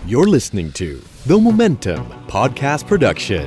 You're listening to The Momentum Podcast Production.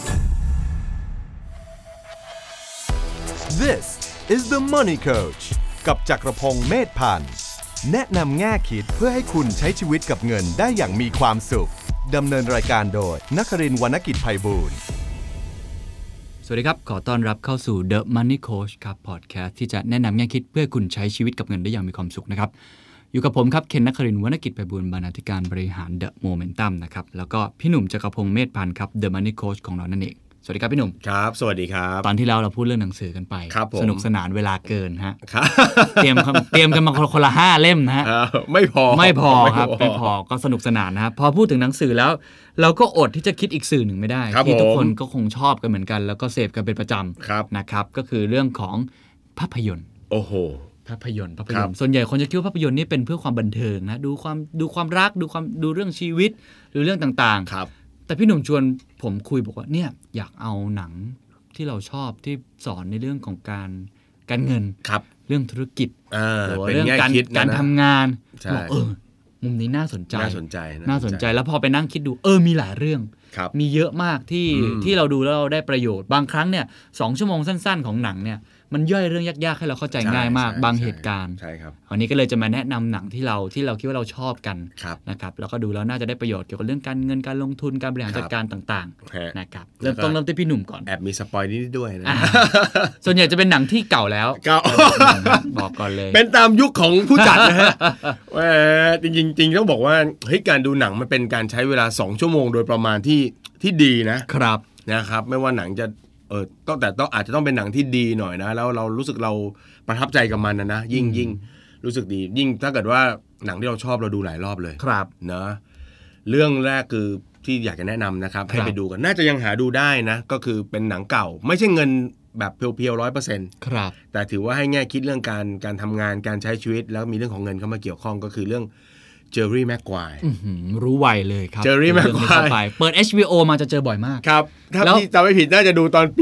This is the Money Coach กับจักรพงษ์เมธพันธ์แนะนำแง่คิดเพื่อให้คุณใช้ชีวิตกับเงินได้อย่างมีความสุขดำเนินรายการโดยนครินทร์ วรรณกิจไพบูลย์สวัสดีครับขอต้อนรับเข้าสู่ The Money Coach ครับพอดแคสต์ที่จะแนะนำแง่คิดเพื่อคุณใช้ชีวิตกับเงินได้อย่างมีความสุขนะครับอยู่กับผมครับเคนนครินทร์ วรรณกิจไพบูลย์บรรณาธิการบริหาร The Momentum นะครับแล้วก็พี่หนุ่มจักรพงษ์เมธพันธ์ครับ The Money Coach ของเรานั่นเองสวัสดีครับพี่หนุ่มครับสวัสดีครับตอนที่แล้วเราพูดเรื่องหนังสือกันไปสนุกสนานเวลาเกินฮะเตรียมกันมาคนละ5เล่มนะฮะไม่พอครับไม่พอก็สนุกสนานนะครับพอพูดถึงหนังสือแล้วเราก็อดที่จะคิดอีกสื่อหนึ่งไม่ได้ที่ทุกคนก็คงชอบกันเหมือนกันแล้วก็เสพกันเป็นประจำนะครับก็คือเรื่องของภาพยนตร์โอ้โหภาพยนตร์ส่วนใหญ่คนจะคิดว่าภาพยนตร์นี่เป็นเพื่อความบันเทิงนะดูความรักดูเรื่องชีวิตหรือเรื่องต่างๆแต่พี่หนุ่มชวนผมคุยบอกว่าเนี่ยอยากเอาหนังที่เราชอบที่สอนในเรื่องของการเงินเรื่องธุรกิจหรือเรื่องการทำงานบอกมุมนี้น่าสนใจแล้วพอไปนั่งคิดดูมีหลายเรื่องมีเยอะมากที่เราดูแล้วเราได้ประโยชน์บางครั้งเนี่ย2 ชั่วโมงสั้นๆของหนังเนี่ยมันย่อยเรื่องยากๆให้เราเข้าใจง่ายมากบางเหตุการณ์วันนี้ก็เลยจะมาแนะนำหนังที่เราคิดว่าเราชอบกันนะครับแล้วก็ดูแล้วน่าจะได้ประโยชน์เกี่ยวกับเรื่องการเงินการลงทุนการบริหารจัดการต่างๆนะครับเริ่มที่พี่หนุ่มก่อนแอบมีสปอยนิดด้วยนะส่วนใหญ่จะเป็นหนังที่เก่าแล้วบอกก่อนเลยเป็นตามยุคของผู้จัดนะฮะจริงๆต้องบอกว่าเฮ้ยการดูหนังมันเป็นการใช้เวลา2 ชั่วโมงโดยประมาณที่ดีนะครับไม่ว่าหนังจะแต่ต้องอาจจะต้องเป็นหนังที่ดีหน่อยนะแล้วเรารู้สึกเราประทับใจกับมันนะยิ่งรู้สึกดียิ่งถ้าเกิดว่าหนังที่เราชอบเราดูหลายรอบเลยนะเรื่องแรกคือที่อยากจะแนะนำนะครับให้ไปดูกันน่าจะยังหาดูได้นะก็คือเป็นหนังเก่าไม่ใช่เงินแบบเพียวๆ 100% ครับแต่ถือว่าให้แง่คิดเรื่องการทำงานการใช้ชีวิตแล้วมีเรื่องของเงินเข้ามาเกี่ยวข้องก็คือเรื่องเจอร์รี่แม็กควายรู้ไวเลยครับเจอร์รี่แม็กควายเปิด HBO มาจะเจอบ่อยมากครับถ้าพี่จำไม่ผิดน่าจะดูตอนปี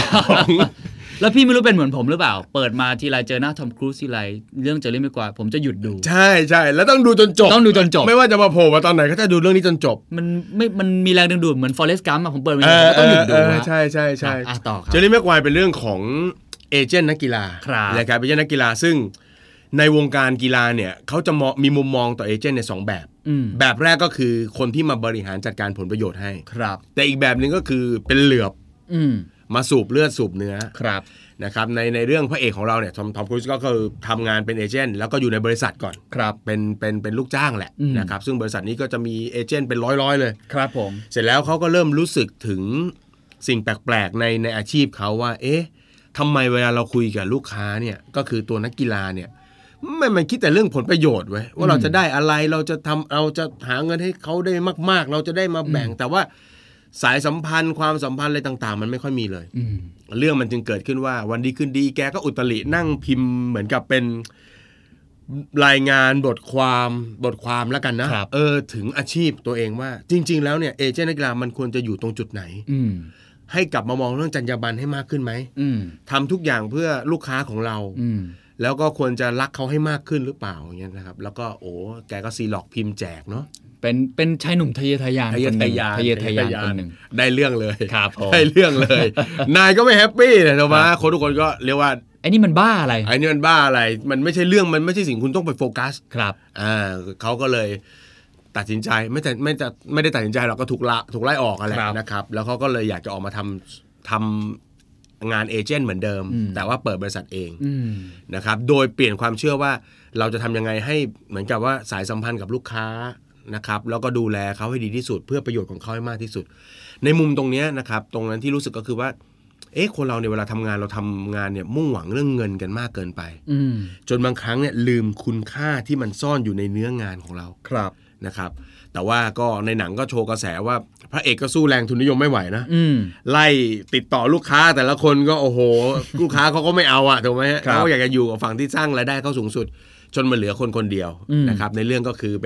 2 แล้วพี่ไม่รู้เป็นเหมือนผมหรือเปล่าเปิดมาทีไรเจอหน้าทอมครูซทีไรเรื่องเจอร์รี่แม็กควายผมจะหยุดดูใช่แล้วต้องดูจนจบไม่ว่าจะมาโผล่มาตอนไหนก็จะดูเรื่องนี้จนจบมันมีแรงดึงดูดเหมือน Forrest Gump ผมเปิดมาผมต้องหยุดดูใช่ต่อครับเจอร์รี่แม็กควายเป็นเรื่องของเอเจนต์นักกีฬานะครับเอเจนต์นักกีฬาซึ่งในวงการกีฬาเนี่ยเขาจะมีมุมมองต่อเอเจนต์ใน2แบบแรกก็คือคนที่มาบริหารจัดการผลประโยชน์ให้แต่อีกแบบนึงก็คือเป็นเหลือบมาสูบเลือดสูบเนื้อนะครับในเรื่องพระเอกของเราเนี่ยทอมครูซก็คือทำงานเป็นเอเจนต์แล้วก็อยู่ในบริษัทก่อนเป็นลูกจ้างแหละนะครับซึ่งบริษัทนี้ก็จะมีเอเจนต์เป็นร้อยเลยครับผมเสร็จแล้วเขาก็เริ่มรู้สึกถึงสิ่งแปลกๆในอาชีพเขาว่าทำไมเวลาเราคุยกับลูกค้าเนี่ยก็คือตัวนักกีฬาเนี่ยมันคิดแต่เรื่องผลประโยชน์ไว้ว่าเราจะได้อะไรเราจะหาเงินให้เขาได้มากๆเราจะได้มาแบ่งแต่ว่าสายสัมพันธ์ความสัมพันธ์อะไรต่างๆมันไม่ค่อยมีเลยเรื่องมันจึงเกิดขึ้นว่าวันดีคืนดีแกก็อุตรินั่งพิมพ์เหมือนกับเป็นรายงานบทความแล้วกันนะถึงอาชีพตัวเองว่าจริงๆแล้วเนี่ยเอเจนต์นักกีฬามันควรจะอยู่ตรงจุดไหนให้กลับมามองเรื่องจรรยาบรรณให้มากขึ้นไหมทำทุกอย่างเพื่อลูกค้าของเราแล้วก็ควรจะรักเขาให้มากขึ้นหรือเปล่าอย่างเงี้ยนะครับแล้วก็แกก็ซีล็อกพิมพ์แจกเนาะเป็นชายหนุ่มทะเยอทะยานคนหนึ่งได้เรื่องเลยครับได้เรื่องเลย นายก็ไม่แฮปปี้เลยถูกไหมคนทุกคนก็เรียกว่าไอ้นี่มันบ้าอะไรมันไม่ใช่เรื่องมันไม่ใช่สิ่งคุณต้องไปโฟกัสครับเขาก็เลยตัดสินใจไม่ได้ตัดสินใจหรอกก็ถูกไล่ออกอะไรนะครับแล้วเขาก็เลยอยากจะออกมาทำงานเอเจนต์เหมือนเดิมแต่ว่าเปิดบริษัทเองนะครับโดยเปลี่ยนความเชื่อว่าเราจะทำยังไงให้เหมือนกับว่าสายสัมพันธ์กับลูกค้านะครับแล้วก็ดูแลเขาให้ดีที่สุดเพื่อประโยชน์ของเขาให้มากที่สุดในมุมตรงนี้นะครับตรงนั้นที่รู้สึกก็คือว่าคนเราในเวลาทำงานเราทำงานเนี่ยมุ่งหวังเรื่องเงินกันมากเกินไปจนบางครั้งเนี่ยลืมคุณค่าที่มันซ่อนอยู่ในเนื้องานของเรานะครับแต่ว่าก็ในหนังก็โชว์กระแสว่าพระเอกก็สู้แรงทุนนิยมไม่ไหวนะไล่ติดต่อลูกค้าแต่ละคนก็โอ้โหลูกค้าเขาก็ไม่เอาถูกไหมฮะเขาอยากจะอยู่กับฝั่งที่สร้างรายได้เขาสูงสุดจนมาเหลือคนเดียวนะครับในเรื่องก็คือเป็น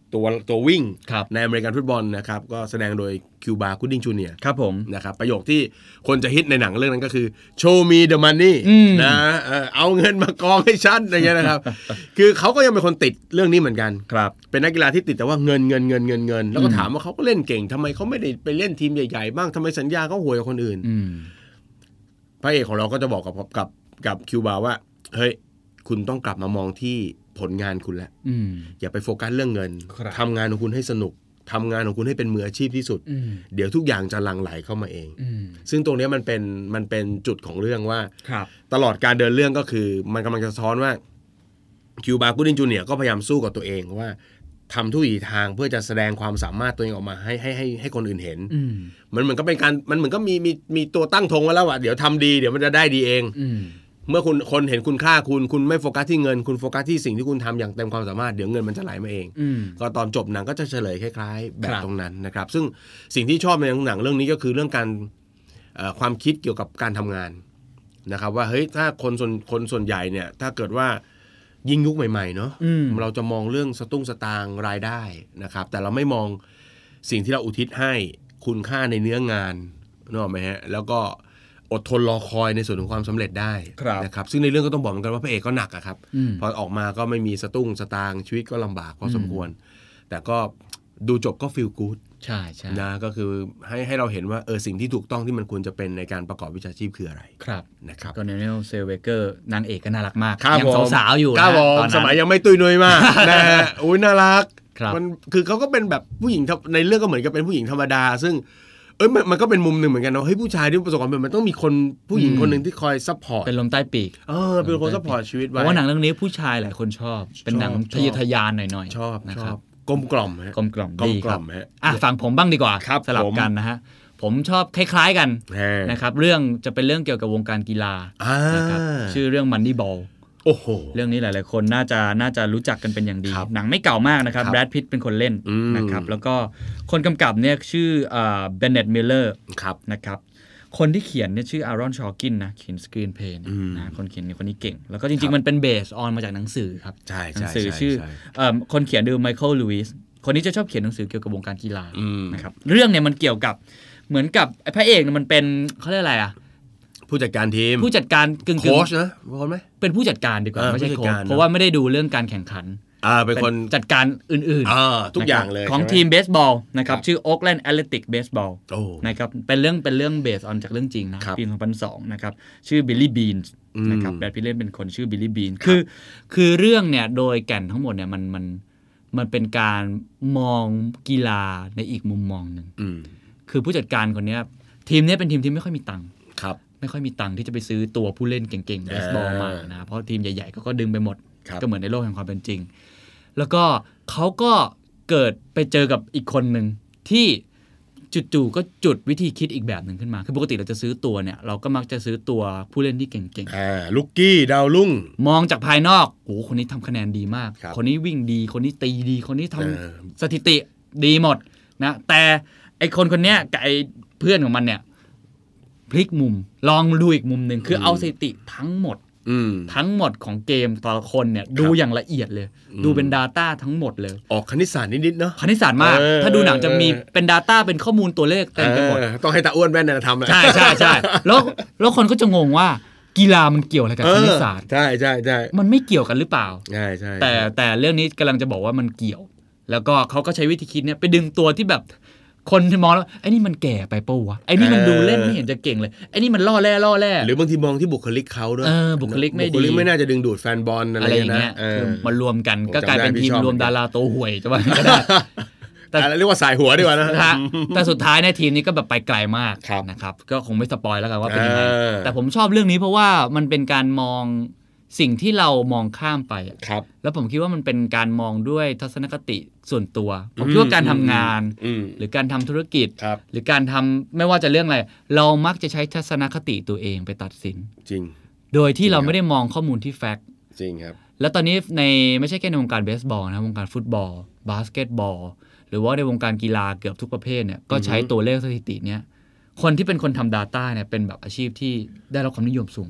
ตัววิ่งครับในอเมริกันฟุตบอลนะครับก็แสดงโดยคิวบากูดดิ้งจูเนียร์ครับผมนะครับประโยคที่คนจะฮิตในหนังเรื่องนั้นก็คือ show me the money นะเอาเงินมากองให้ฉันอะไรเงี้ยนะครับ คือเขาก็ยังเป็นคนติดเรื่องนี้เหมือนกันครับเป็นนักกีฬาที่ติดแต่ว่าเงินแล้วก็ถามว่าเขาก็เล่นเก่งทำไมเขาไม่ได้ไปเล่นทีมใหญ่ๆบ้างทำไมสัญญาเขาห่วยกว่าคนอื่นพระเอกของเราก็จะบอกกับคิวบาว่าเฮ้ยคุณต้องกลับมามองที่ผลงานคุณแล้วอย่าไปโฟกัสเรื่องเงินทำงานของคุณให้สนุกทำงานของคุณให้เป็นมืออาชีพที่สุดเดี๋ยวทุกอย่างจะหลั่งไหลเข้ามาเองซึ่งตรงนี้มันเป็นจุดของเรื่องว่าตลอดการเดินเรื่องก็คือมันกำลังจะสะท้อนว่าคิวบากูดดิ้งจูเนียร์ก็พยายามสู้กับตัวเองว่าทำทุกวิถีทางเพื่อจะแสดงความสามารถตัวเองออกมาให้คนอื่นเห็นมันเหมือนก็เป็นการมันเหมือนก็มีตัวตั้งธงไว้แล้วว่าเดี๋ยวทำดีเดี๋ยวมันจะได้ดีเองเมื่อคนเห็นคุณค่าคุณไม่โฟกัสที่เงินคุณโฟกัสที่สิ่งที่คุณทำอย่างเต็มความสามารถเดี๋ยวเงินมันจะไหลมาเองก็ตอนจบหนังก็จะเฉลยคล้ายๆแบบตรงนั้นนะครับซึ่งสิ่งที่ชอบในหนังเรื่องนี้ก็คือเรื่องการความคิดเกี่ยวกับการทำงานนะครับว่าเฮ้ยถ้าคนส่วนใหญ่เนี่ยถ้าเกิดว่ายิ่งยุคใหม่ๆเนาะเราจะมองเรื่องสตุ้งสตางค์รายได้นะครับแต่เราไม่มองสิ่งที่เราอุทิศให้คุณค่าในเนื้องานนึกออกไหมฮะแล้วก็อดทนรอคอยในส่วนของความสำเร็จได้นะครับซึ่งในเรื่องก็ต้องบอกเหมือนกันว่าพระเอกก็หนักอะครับพอออกมาก็ไม่มีสตุ้งสตางค์ชีวิตก็ลำบากพอสมควรแต่ก็ดูจบก็ฟีลกู๊ดใช่นะก็คือให้เราเห็นว่าสิ่งที่ถูกต้องที่มันควรจะเป็นในการประกอบวิชาชีพคืออะไรครับนะครับก็เนเนลเซลเวเกอร์นางเอกก็น่ารักมากยังสาวๆอยู่นะตอนนั้นสมัยยังไม่ตุ้ยนุ้ยมากนะอุ้ยน่ารักมันคือเขาก็เป็นแบบผู้หญิงในเรื่องก็เหมือนกับเป็นผู้หญิงธรรมดาซึ่งมันก็เป็นมุมหนึ่งเหมือนกันเนาะเฮ้ยผู้ชายที่ประสบความสำเร็จมันต้องมีคนผู้หญิงคนหนึ่งที่คอยซัพพอร์ตเป็นลมใต้ปีกเป็นคนซัพพอร์ตชีวิตไว้เพราะว่าหนังเรื่องนี้ผู้ชายหลายคนชอบเป็นหนังทะเยอทะยานหน่อยๆชอบนะครับกลมกล่อมดีครับฝั่งผมบ้างดีกว่าสลับกันนะฮะผมชอบคล้ายๆกันนะครับเรื่องจะเป็นเรื่องเกี่ยวกับวงการกีฬานะครับชื่อเรื่อง Moneyball โอ้โหเรื่องนี้หลายๆคนน่าจะรู้จักกันเป็นอย่างดีหนังไม่เก่ามากนะครับแบรดพิตต์เป็นคนเล่นนะครับแล้วก็คนกำกับเนี่ยชื่อเบนเน็ตมิลเลอร์นะครับคนที่เขียนเนี่ยชื่ออารอนชอว์กินนะเขียนสกรีนเพลย์นะคนเขียนคนนี้เก่งแล้วก็จริงๆมันเป็นเบสออนมาจากหนังสือครับหนังสือชื่อคนเขียนคือไมเคิลลูอิสคนนี้จะชอบเขียนหนังสือเกี่ยวกับวงการกีฬานะครับเรื่องเนี่ยมันเกี่ยวกับเหมือนกับพระเอกเนี่ยมันเป็นเขาเรียกอะไรอ่ะผู้จัดการทีมผู้จัดการกึ่งโค้ชนะคนไหมเป็นผู้จัดการดีกว่าไม่ใช่โค้ชเพราะว่าไม่ได้ดูเรื่องการแข่งขันเป็นคนจัดการอื่นๆทุกอย่างเลยของทีมเบสบอลนะครับชื่อ Oakland Athletic Baseball นะครับเป็นเรื่องเบสออนจากเรื่องจริงนะปี 2002 นะครับชื่อ Billy Beane นะครับแบรดพิตต์เล่นเป็นคนชื่อ Billy Beane คือเรื่องเนี่ยโดยแก่นทั้งหมดเนี่ยมันเป็นการมองกีฬาในอีกมุมมองนึงคือผู้จัดการคนนี้ทีมนี้เป็นทีมที่ไม่ค่อยมีตังค์ไม่ค่อยมีตังค์ที่จะไปซื้อตัวผู้เล่นเก่งๆเบสบอลมานะเพราะทีมใหญ่ๆก็ดึงไปหมดก็เหมือนในโลกแห่งความเป็นจริงแล้วก็เขาก็เกิดไปเจอกับอีกคนหนึ่งที่จู่ๆก็จุดวิธีคิดอีกแบบหนึ่งขึ้นมาคือปกติเราจะซื้อตัวเนี่ยเราก็มักจะซื้อตัวผู้เล่นที่เก่งๆลูกกี้ดาวรุ่งมองจากภายนอกโอ้คนนี้ทำคะแนนดีมากคนนี้วิ่งดีคนนี้ตีดีคนนี้ทำสถิติดีหมดนะแต่ไอคนเนี้ยกับไอเพื่อนของมันเนี่ยพลิกมุมลองดูอีกมุมหนึ่งคือเอาสถิติทั้งหมดของเกมแต่ละคนเนี่ยดูอย่างละเอียดเลยดูเป็น Data ทั้งหมดเลยออกคณิตศาสตร์นิดๆเนาะคณิตศาสตร์มากถ้าดูหนังจะมีเป็น Data เป็นข้อมูลตัวเลขเต็มไปหมดต้องให้ตาอ้วนแว่นทำใช่แล้วคนก็จะงงว่ากีฬามันเกี่ยวอะไรกับคณิตศาสตร์ใช่มันไม่เกี่ยวกันหรือเปล่าใช่แต่เรื่องนี้กำลังจะบอกว่ามันเกี่ยวแล้วก็เขาก็ใช้วิธีคิดเนี่ยไปดึงตัวที่แบบคนที่มองแล้วไอ้นี่มันแก่ไปป่ะวะไอ้นี่มันดูเล่นไม่เห็นจะเก่งเลยไอ้นี่มันล่อแร่หรือบางทีมองที่บุคลิกเขาด้วยบุคลิกไม่ดีบุคลิกไม่น่าจะดึงดูดแฟนบอลอะไรอย่างเงี้ยมารวมกันก็กลายเป็นทีมรวมดาราโตห่วยจะว่าก็ได้แต่เรียกว่าสายหัวดีกว่านะแต่สุดท้ายในทีมนี้ก็แบบไปไกลมากนะครับก็คงไม่สปอยแล้วกันว่าเป็นยังไงแต่ผมชอบเรื่องนี้เพราะว่ามันเป็นการมองสิ่งที่เรามองข้ามไปแล้วผมคิดว่ามันเป็นการมองด้วยทัศนคติส่วนตัวผมคิดว่าการทำงานหรือการทำธุรกิจหรือการทำไม่ว่าจะเรื่องอะไรเรามักจะใช้ทัศนคติตัวเองไปตัดสินจริงโดยที่เราไม่ได้มองข้อมูลที่แฟกต์จริงครับแล้วตอนนี้ในไม่ใช่แค่ในวงการเบสบอลนะวงการฟุตบอลบาสเกตบอลหรือว่าในวงการกีฬาเกือบทุกประเภทเนี่ยก็ใช้ตัวเลขสถิติเนี้ยคนที่เป็นคนทำ Data เนี่ยเป็นแบบอาชีพที่ได้รับความนิยมสูงมาก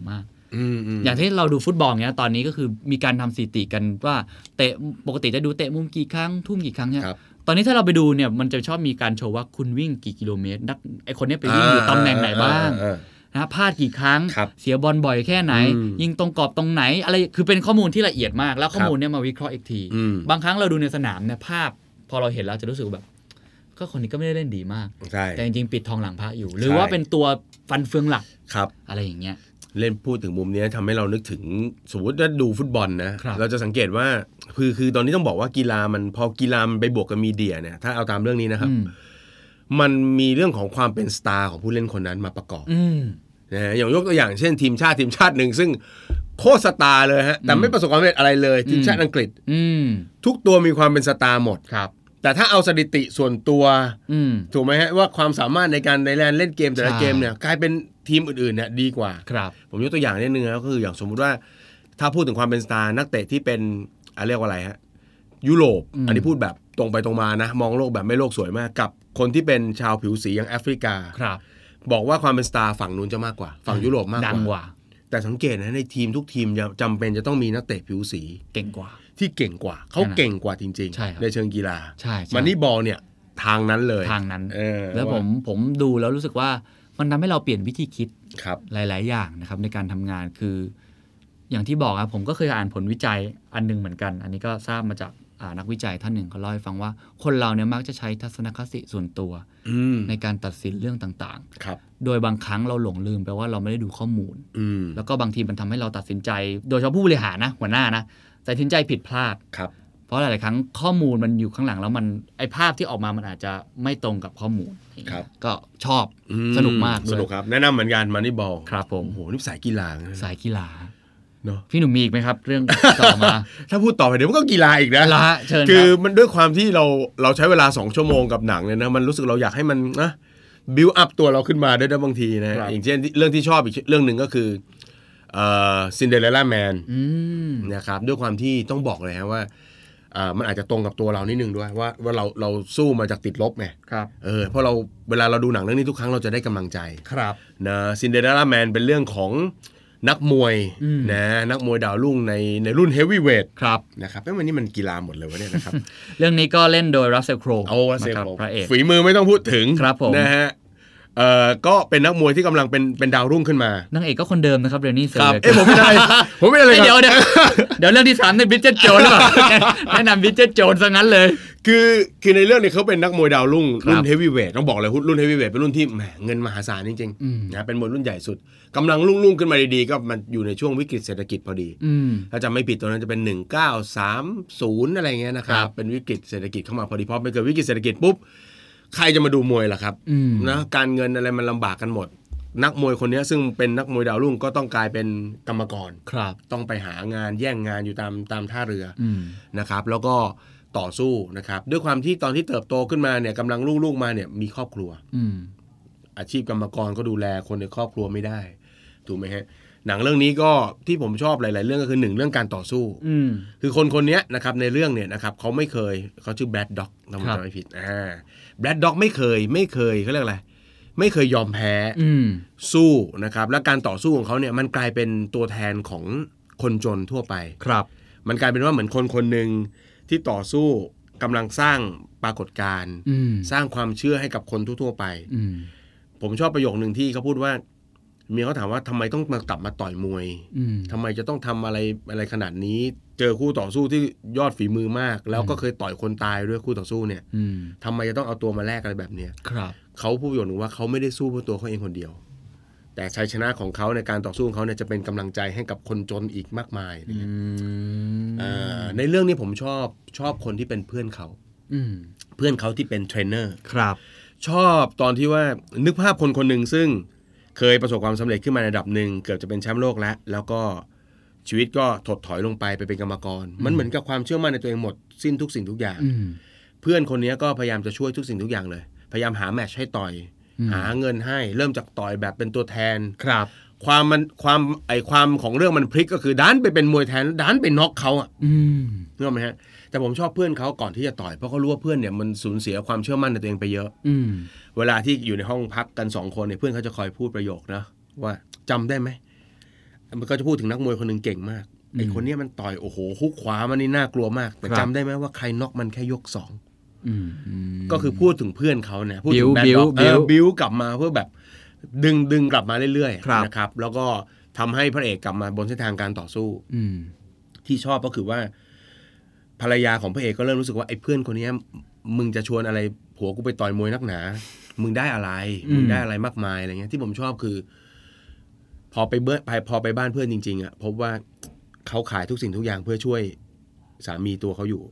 อย่างที่เราดูฟุตบอลเนี้ยตอนนี้ก็คือมีการทำสถิติกันว่าเตะปกติจะดูเตะมุมกี่ครั้งทุ่มกี่ครั้งเนี่ยตอนนี้ถ้าเราไปดูเนี่ยมันจะชอบมีการโชว์ว่าคุณวิ่งกี่กิโลเมตรไอคนนี้ไปวิ่งอยู่ตำแหน่งไหนบ้างนะพลาดกี่ครั้งเสียบอลบ่อยแค่ไหนยิงตรงกรอบตรงไหนอะไรคือเป็นข้อมูลที่ละเอียดมากแล้วข้อมูลเนี่ยมาวิเคราะห์อีกทีบางครั้งเราดูในสนามเนี่ยภาพพอเราเห็นแล้วจะรู้สึกแบบก็คนนี้ก็ไม่ได้เล่นดีมากแต่จริงๆปิดทองหลังพระอยู่หรือว่าเป็นตัวฟันเฟืองหลักอะไรอย่างเงี้ยเล่นพูดถึงมุมนี้ทำให้เรานึกถึงสมมติว่าดูฟุตบอลนะเราจะสังเกตว่าคือตอนนี้ต้องบอกว่ากีฬามันพอกีฬามันไปบวกกับมีเดียเนี่ยถ้าเอาตามเรื่องนี้นะครับมันมีเรื่องของความเป็นสตาร์ของผู้เล่นคนนั้นมาประกอบนะอย่างยกตัวอย่างเช่นทีมชาติหนึ่งซึ่งโคตรสตาร์เลยฮะแต่ไม่ประสบความสำเร็จอะไรเลยทีมชาติอังกฤษทุกตัวมีความเป็นสตาร์หมดแต่ถ้าเอาสถิติส่วนตัวถูกไหมฮะว่าความสามารถในการในเล่นเกมแต่ละเกมเนี่ยกลายเป็นทีมอื่นๆเนี่ยดีกว่าผมยกตัวอย่างนิดนึงนะก็คืออย่างสมมุติว่าถ้าพูดถึงความเป็นสตาร์นักเตะที่เป็นเรียกว่าอะไรฮะยุโรปอันนี้พูดแบบตรงไปตรงมานะมองโลกแบบไม่โลกสวยมากกับคนที่เป็นชาวผิวสีอย่างแอฟริกาบอกว่าความเป็นสตาร์ฝั่งนู้นจะมากกว่าฝั่งยุโรปมากกว่าแต่สังเกตนะในทีมทุกทีมจำเป็นจะต้องมีนักเตะผิวสีเก่งกว่าที่เก่งกว่าเขาเก่งกว่าจริงๆในเชิงกีฬามันนี่บอลเนี่ยทางนั้นเลยทางนั้นแล้วผมดูแล้วรู้สึกว่ามันทำให้เราเปลี่ยนวิธีคิดหลายๆอย่างนะครับในการทำงานคืออย่างที่บอกครับผมก็เคยอ่านผลวิจัยอันนึงเหมือนกันอันนี้ก็ทราบมาจากนักวิจัยท่านหนึ่งเขาเล่าให้ฟังว่าคนเราเนี่ยมักจะใช้ทัศนคติส่วนตัวในการตัดสินเรื่องต่างๆโดยบางครั้งเราหลงลืมไปว่าเราไม่ได้ดูข้อมูลแล้วก็บางทีมันทำให้เราตัดสินใจโดยเฉพาะผู้บริหารนะหัวหน้านะตัดสินใจผิดพลาดเพราะหลายๆครั้งข้อมูลมันอยู่ข้างหลังแล้วมันไอภาพที่ออกมามันอาจจะไม่ตรงกับข้อมูลก็ชอบสนุกมากสนุกครับแนะนำเหมือนกันมันนี่บอลครับผมโอ้โหนี่สายกีฬาสายกีฬาพี่หนุ่มมีอีกไหมครับเรื่องต่อมาถ้าพูดต่อไปเดี๋ยวมันก็กีฬาอีกนะเชิญคือมันด้วยความที่เราใช้เวลา2ชั่วโมงกับหนังเนี่ยนะมันรู้สึกเราอยากให้มันนะบิวอัพตัวเราขึ้นมาด้วยนะบางทีนะอย่างเช่นเรื่องที่ชอบอีกเรื่องนึงก็คือซินเดอเรลล่าแมนนะครับด้วยความที่ต้องบอกเลยว่ามันอาจจะตรงกับตัวเรานิดนึงด้วยว่าเราสู้มาจากติดลบไงเพราะเราเวลาเราดูหนังเรื่องนี้ทุกครั้งเราจะได้กำลังใจนะซินเดอเรลล่าแมนเป็นเรื่องของนักมวยนะนักมวยดาวรุ่งในรุ่นเฮฟวีเวทนะครับวันนี้มันกีฬาหมดเลยวะเนี่ยนะครับเรื่องนี้ก็เล่นโดยรัสเซลโครว์พระเอกฝีมือไม่ต้องพูดถึงนะฮะก็เป็นนักมวยที่กำลังเป็นดาวรุ่งขึ้นมานางเอกก็คนเดิมนะครับเรนนี่เซอร์ผมไม่ได้เดี๋ยวเรื่องที่3ในบิดเจ็ตโจนหรือเปล่าแนะนำบิดเจ็ตโจนซะงั้นเลยคือในเรื่องนี้เขาเป็นนักมวยดาวรุ่งรุ่นเฮฟวีเวทต้องบอกเลยรุ่นเฮฟวีเวทเป็นรุ่นที่แหมเงินมหาศาลจริงๆนะเป็นมวยรุ่นใหญ่สุดกำลังรุ่งขึ้นมาดีๆก็มันอยู่ในช่วงวิกฤตเศรษฐกิจพอดีถ้าจำไม่ผิดตอนนั้นจะเป็น1930อะไรเงี้ยนะครับเป็นวิกฤตเศรษฐกิจเข้ามาพอดีพอไปเกิดวิกฤตเศรษฐกิจปุ๊บใครจะมาดูมวยล่ะครับนะการเงินอะไรมันลำบากกันหมดนักมวยคนนี้ซึ่งเป็นนักมวยดาวรุ่งก็ต้องกลายเป็นกรรมกรต้องไปหางานแย่งงานอยู่ตามท่าเรือนะครับแล้วก็ต่อสู้นะครับด้วยความที่ตอนที่เติบโตขึ้นมาเนี่ยกำลังลูกมาเนี่ยมีครอบครัวอาชีพกรรมกรก็ดูแลคนในครอบครัวไม่ได้ถูกไหมฮะหนังเรื่องนี้ก็ที่ผมชอบหลายๆเรื่องก็คือ1เรื่องการต่อสู้คือคนนี้นะครับในเรื่องเนี่ยนะครับเขาชื่อแบดด็อกถ้าผมจำไม่ผิดแบดด็อกไม่เคยเขาเรียกอะไรไม่เคยยอมแพ้สู้นะครับและการต่อสู้ของเขาเนี่ยมันกลายเป็นตัวแทนของคนจนทั่วไปมันกลายเป็นว่าเหมือนคนนึงที่ต่อสู้กำลังสร้างปรากฏการณ์สร้างความเชื่อให้กับคนทั่วไปผมชอบประโยคนึงที่เขาพูดว่ามีเขาถามว่าทำไมต้องกลับมาต่อยมวยทำไมจะต้องทำอะไรขนาดนี้เจอคู่ต่อสู้ที่ยอดฝีมือมากแล้วก็เคยต่อยคนตายด้วยคู่ต่อสู้เนี่ยทำไมจะต้องเอาตัวมาแลกอะไรแบบเนี้ยเขาพูดประโยคนึงว่าเขาไม่ได้สู้เพื่อตัวเขาเองคนเดียวแต่ชัยชนะของเขาในการต่อสู้ของเขาเนี่ยจะเป็นกำลังใจให้กับคนจนอีกมากมายในเรื่องนี้ผมชอบคนที่เป็นเพื่อนเขาเพื่อนเขาที่เป็นเทรนเนอร์ชอบตอนที่ว่านึกภาพคนหนึ่งซึ่งเคยประสบความสำเร็จขึ้นมาในระดับหนึ่งเกือบจะเป็นแชมป์โลกแล้วก็ชีวิตก็ถดถอยลงไปเป็นกรรมกรมันเหมือนกับความเชื่อมั่นในตัวเองหมดสิ้นทุกสิ่งทุกอย่างเพื่อนคนนี้ก็พยายามจะช่วยทุกสิ่งทุกอย่างเลยพยายามหาแมตช์ให้ต่อยหาเงินให้เริ่มจากต่อยแบบเป็นตัวแทนความของเรื่องมันพลิกก็คือดันไปเป็นมวยแทนดันไปน็อกเขานึกออกไหมฮะแต่ผมชอบเพื่อนเขาก่อนที่จะต่อยเพราะเขารู้ว่าเพื่อนเนี่ยมันสูญเสียความเชื่อมั่นในตัวเองไปเยอะเวลาที่อยู่ในห้องพักกัน2คนเนี่ยเพื่อนเขาจะคอยพูดประโยคนะว่าจำได้ไหมมันก็จะพูดถึงนักมวยคนนึงเก่งมากไอ้คนนี้มันต่อยโอ้โหฮุกขวามันนี่น่ากลัวมากแต่จำได้ไหมว่าใครน็อกมันแค่ยก2ก็คือพูดถึงเพื่อนเขาเนี่ยพูดถึงแบดด็อกบิวกลับมาเพื่อแบบดึงกลับมาเรื่อยๆนะครับแล้วก็ทำให้พระเอกกลับมาบนเส้นทางการต่อสู้ที่ชอบก็คือว่าภรรยาของพระเอกก็เริ่มรู้สึกว่าไอ้เพื่อนคนนี้มึงจะชวนอะไรผัวกูไปต่อยมวยนักหนามึงได้อะไรมากมายอะไรเงี้ยที่ผมชอบคือพอไปบ้านเพื่อนจริงๆอ่ะพบว่าเขาขายทุกสิ่งทุกอย่างเพื่อช่วยสามีตัวเขาอยู่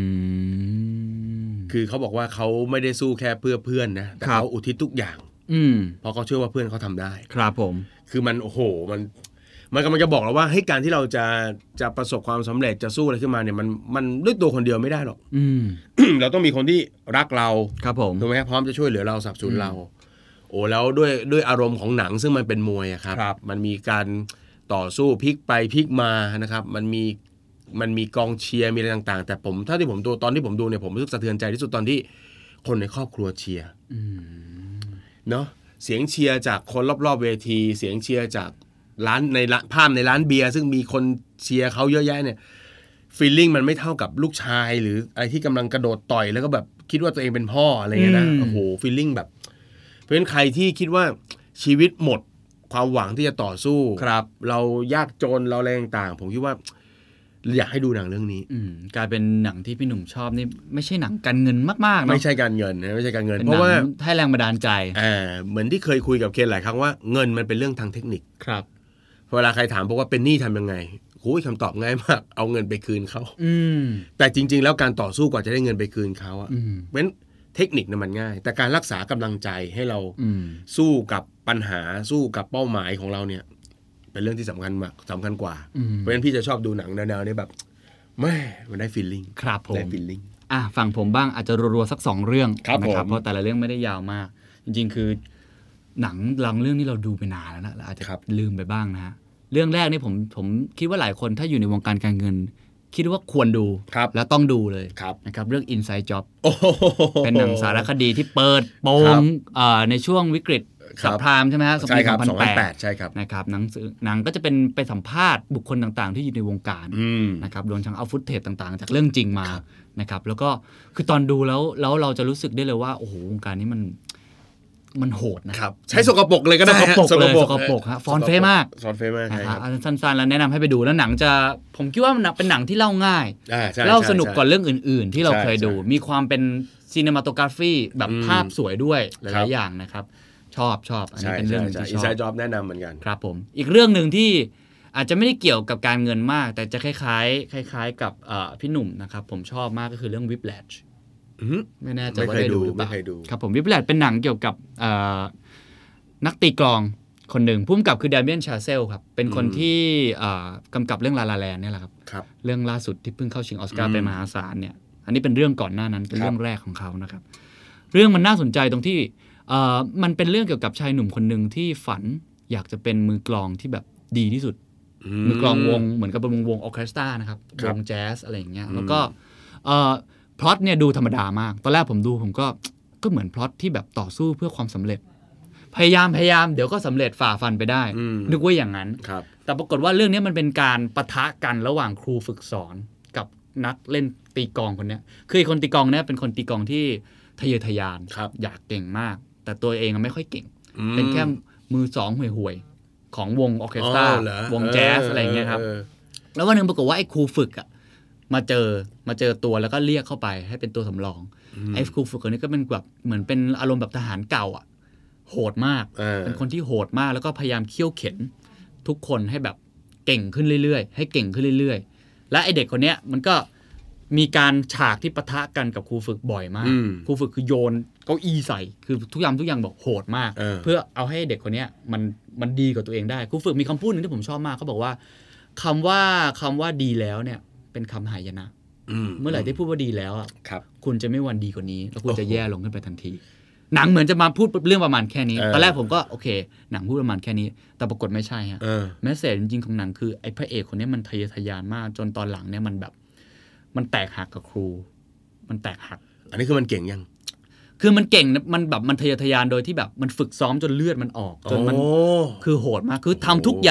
คือเขาบอกว่าเขาไม่ได้สู้แค่เพื่อเพื่อนนะแต่เขาอุทิศทุกอย่างเพราะเขาเชื่อว่าเพื่อนเขาทำได้ครับผมคือมันโอ้โหมันกำลังจะบอกเราว่าให้การที่เราจะประสบความสำเร็จจะสู้อะไรขึ้นมาเนี่ยมันด้วยตัวคนเดียวไม่ได้หรอก เราต้องมีคนที่รักเราครับผมถูกไหมครับพร้อมจะช่วยเหลือเราสนับสนุนเราโอ้แล้วด้วยอารมณ์ของหนังซึ่งมันเป็นมวยอะครับมันมีการต่อสู้พลิกไปพลิกมานะครับมันมีกองเชียร์มีอะไรต่างๆแต่ผมถ้าที่ผมดูตอนที่ผมดูเนี่ยผมรู้สึกสะเทือนใจที่สุดตอนที่คนในครอบครัวเชียร์เนาะเสียงเชียร์จากคนรอบๆเวทีเสียงเชียร์จากร้านในภาพในร้านเบียร์ซึ่งมีคนเชียร์เขาเยอะแยะเนี่ยฟีลลิ่งมันไม่เท่ากับลูกชายหรืออะไรที่กำลังกระโดดต่อยแล้วก็แบบคิดว่าตัวเองเป็นพ่ออะไรเงี้ยนะโอ้โหฟีลลิ่งแบบเพราะฉะนั้นใครที่คิดว่าชีวิตหมดความหวังที่จะต่อสู้ครับเรายากจนเราอะไรต่างๆผมคิดว่าอยากให้ดูหนังเรื่องนี้กลายเป็นหนังที่พี่หนุ่มชอบนี่ไม่ใช่หนังการเงินมากๆเนาะไม่ใช่การเงินนะไม่ใช่การเงินเพราะว่าให้แรงบันดาลใจเหมือนที่เคยคุยกับเคนหลายครั้งว่าเงินมันเป็นเรื่องทางเทคนิคครับเวลาใครถามบอกว่าเป็นหนี้ทำยังไงโอ้ยคำตอบง่ายมากเอาเงินไปคืนเขาแต่จริงๆแล้วการต่อสู้กว่าจะได้เงินไปคืนเขาอ่ะเพราะฉะนั้นเทคนิคนั้นมันง่ายแต่การรักษากำลังใจให้เราสู้กับปัญหาสู้กับเป้าหมายของเราเนี่ยเป็นเรื่องที่สำคัญกว่าเพราะฉะนั้นพี่จะชอบดูหนังแนวๆนี้แบบแม่มันได้ฟีลลิ่งครับผมได้ฟีลลิ่งฝั่งผมบ้างอาจจะรัวๆสัก2เรื่องนะครับเพราะแต่ละเรื่องไม่ได้ยาวมากจริงๆคือหนังบางเรื่องนี่เราดูไปนานแล้วนะเราอาจจะลืมไปบ้างนะฮะเรื่องแรกนี่ผมคิดว่าหลายคนถ้าอยู่ในวงการการเงินคิดว่าควรดูแล้วต้องดูเลยนะครับเรื่อง Inside Job เป็นหนังสารคดีที่เปิดโปงในช่วงวิกฤตซับไพรม์ใช่ไหมฮะปี 2008ใช่ครับนะครับหนังก็จะเป็นไปสัมภาษณ์บุคคลต่างๆที่อยู่ในวงการนะครับรวมทั้งเอาฟุตเทจต่างๆจากเรื่องจริงมานะครับแล้วก็คือตอนดูแล้วเราจะรู้สึกได้เลยว่าโอ้โหวงการนี้มันโหดนะครับใช้สกปรกเลยก็ได้สกปรกฮะฟอนเฟ่มากสั้นๆแล้วแนะนำให้ไปดูแล้วหนังจะผมคิดว่ามันเป็นหนังที่เล่าง่ายเล่าสนุกกว่าเรื่องอื่นๆที่เราเคยดูมีความเป็นซีเนมาโตกราฟีแบบภาพสวยด้วยหลายๆอย่างนะครับชอบอันนี้เป็นเรื่องที่ชอบ Inside Job แนะนำเหมือนกันครับผมอีกเรื่องนึงที่อาจจะไม่ได้เกี่ยวกับการเงินมากแต่จะคล้ายๆกับพี่หนุ่มนะครับผมชอบมากก็คือเรื่อง Whiplashไม่แน่ใจว่าได้ดูหรือเปล่าครับผมWhiplashเป็นหนังเกี่ยวกับนักตีกลองคนหนึ่งผู้กำกับคือเดเมียนชาเซลครับเป็นคนที่กำกับเรื่องลาลาแลนด์นี่แหละครับเรื่องล่าสุดที่เพิ่งเข้าชิงออสการ์ไปมหาศาลเนี่ยอันนี้เป็นเรื่องก่อนหน้านั้นเป็นเรื่องแรกของเขานะครับเรื่องมันน่าสนใจตรงที่มันเป็นเรื่องเกี่ยวกับชายหนุ่มคนหนึ่งที่ฝันอยากจะเป็นมือกลองที่แบบดีที่สุดมือกลองวงเหมือนกับเป็นวงออร์เคสตรานะครับวงแจ๊สอะไรอย่างเงี้ยแล้วก็พล็อตเนี่ยดูธรรมดามากตอนแรกผมดูผมก็เหมือนพล็อตที่แบบต่อสู้เพื่อความสำเร็จพยายามเดี๋ยวก็สำเร็จฝ่าฟันไปได้นึกว่าอย่างนั้นแต่ปรากฏว่าเรื่องนี้มันเป็นการปะทะกันระหว่างครูฝึกสอนกับนักเล่นตีกลองคนนี้คือคนตีกลองเนี่ยเป็นคนตีกลองที่ทะเยอทะยานอยากเก่งมากแต่ตัวเองไม่ค่อยเก่งเป็นแค่มือสองห่วยๆของวงออร์เคสตราวงแจ๊สอะไรอย่างเงี้ยครับแล้ววันนึงปรากฏว่าไอ้ครูฝึกอ่ะมาเจอตัวแล้วก็เรียกเข้าไปให้เป็นตัวสำรองไอ้ครูฝึกคนนี้ก็เป็นแบบเหมือนเป็นอารมณ์แบบทหารเก่าอ่ะโหดมากเป็นคนที่โหดมากแล้วก็พยายามเคี่ยวเข็นทุกคนให้แบบเก่งขึ้นเรื่อยๆให้เก่งขึ้นเรื่อยๆและไอ้เด็กคนเนี้ยมันก็มีการฉากที่ปะทะกันกับครูฝึกบ่อยมากครูฝึกคือโยนเก้าอี้ใส่คือทุกอย่างบอกโหดมากเพื่อเอาให้เด็กคนเนี้ยมันดีกว่าตัวเองได้ครูฝึกมีคำพูดนึงที่ผมชอบมากเขาบอกว่าคำว่าดีแล้วเนี่ยเป็นคำหายนะเมื่อไหร่ที่พูดว่าดีแล้วอ่ะคุณจะไม่วันดีกว่านี้แล้วคุณจะแย่ลงขึ้นไปทันทีหนังเหมือนจะมาพูดเรื่องประมาณแค่นี้ตอนแรกผมก็โอเคหนังพูดประมาณแค่นี้แต่ปรากฏไม่ใช่ฮะแมสเสจจริงๆของหนังคือไอ้พระเอกคนนี้มันทะเยอทะยานมากจนตอนหลังเนี่ยมันแบบมันแตกหักกับครูมันแตกหักอันนี้คือมันเก่งยังคือมันเก่งมันแบบมันทะเยอทะยานโดยที่แบบมันฝึกซ้อมจนเลือดมันออกจนมันคือโหดมากคือทำทุกอย่าง